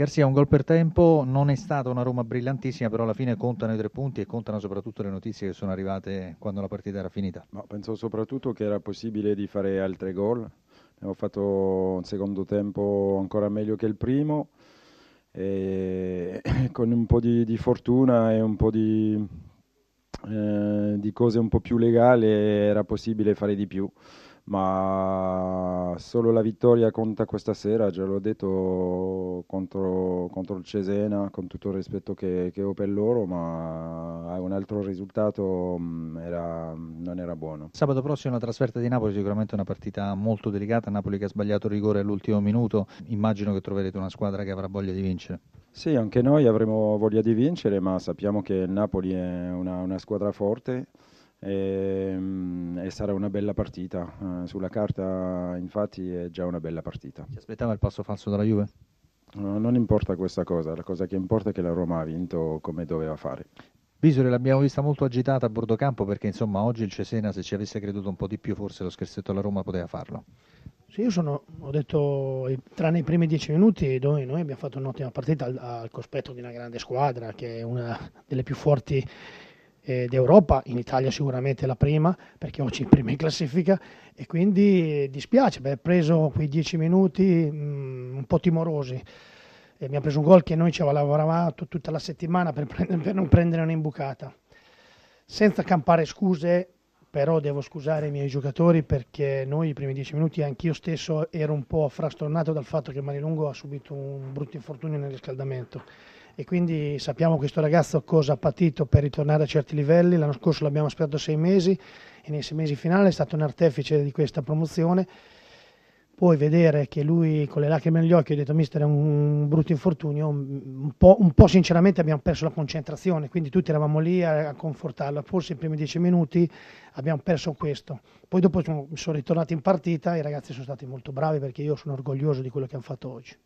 Garzia, un gol per tempo, non è stata una Roma brillantissima, però alla fine contano i 3 punti e contano soprattutto le notizie che sono arrivate quando la partita era finita. Ma penso soprattutto che era possibile di fare altri gol. Abbiamo fatto un secondo tempo ancora meglio che il primo e con un po' di fortuna e un po' di cose un po' più legali era possibile fare di più. Ma solo la vittoria conta questa sera, già l'ho detto contro il Cesena, con tutto il rispetto che ho per loro, ma un altro risultato non era buono. Sabato prossimo la trasferta di Napoli, sicuramente una partita molto delicata, Napoli che ha sbagliato il rigore all'ultimo minuto, immagino che troverete una squadra che avrà voglia di vincere. Sì, anche noi avremo voglia di vincere, ma sappiamo che il Napoli è una squadra forte e sarà una bella partita. Sulla carta, infatti, è già una bella partita. Si aspettava il passo falso dalla Juve? Non importa questa cosa, la cosa che importa è che la Roma ha vinto come doveva fare. Bisore l'abbiamo vista molto agitata a bordo campo perché insomma oggi il Cesena se ci avesse creduto un po' di più forse lo scherzetto alla Roma poteva farlo. Sì, ho detto, tranne i primi 10 minuti, dove noi abbiamo fatto un'ottima partita al cospetto di una grande squadra, che è una delle più forti d'Europa, in Italia sicuramente la prima, perché oggi è prima in classifica, e quindi dispiace aver preso quei 10 minuti un po' timorosi. E abbiamo preso un gol che noi ci avevamo lavorato tutta la settimana per non prendere un'imbucata. Senza campare scuse, però devo scusare i miei giocatori perché noi i primi 10 minuti anch'io stesso ero un po' frastornato dal fatto che Marilungo ha subito un brutto infortunio nel riscaldamento e quindi sappiamo questo ragazzo cosa ha patito per ritornare a certi livelli. L'anno scorso l'abbiamo aspettato 6 mesi e nei 6 mesi finali è stato un artefice di questa promozione. Poi vedere che lui con le lacrime negli occhi ha detto mister è un brutto infortunio, un po' sinceramente abbiamo perso la concentrazione, quindi tutti eravamo lì a confortarlo, forse i primi 10 minuti abbiamo perso questo. Poi dopo sono ritornati in partita, i ragazzi sono stati molto bravi perché io sono orgoglioso di quello che hanno fatto oggi.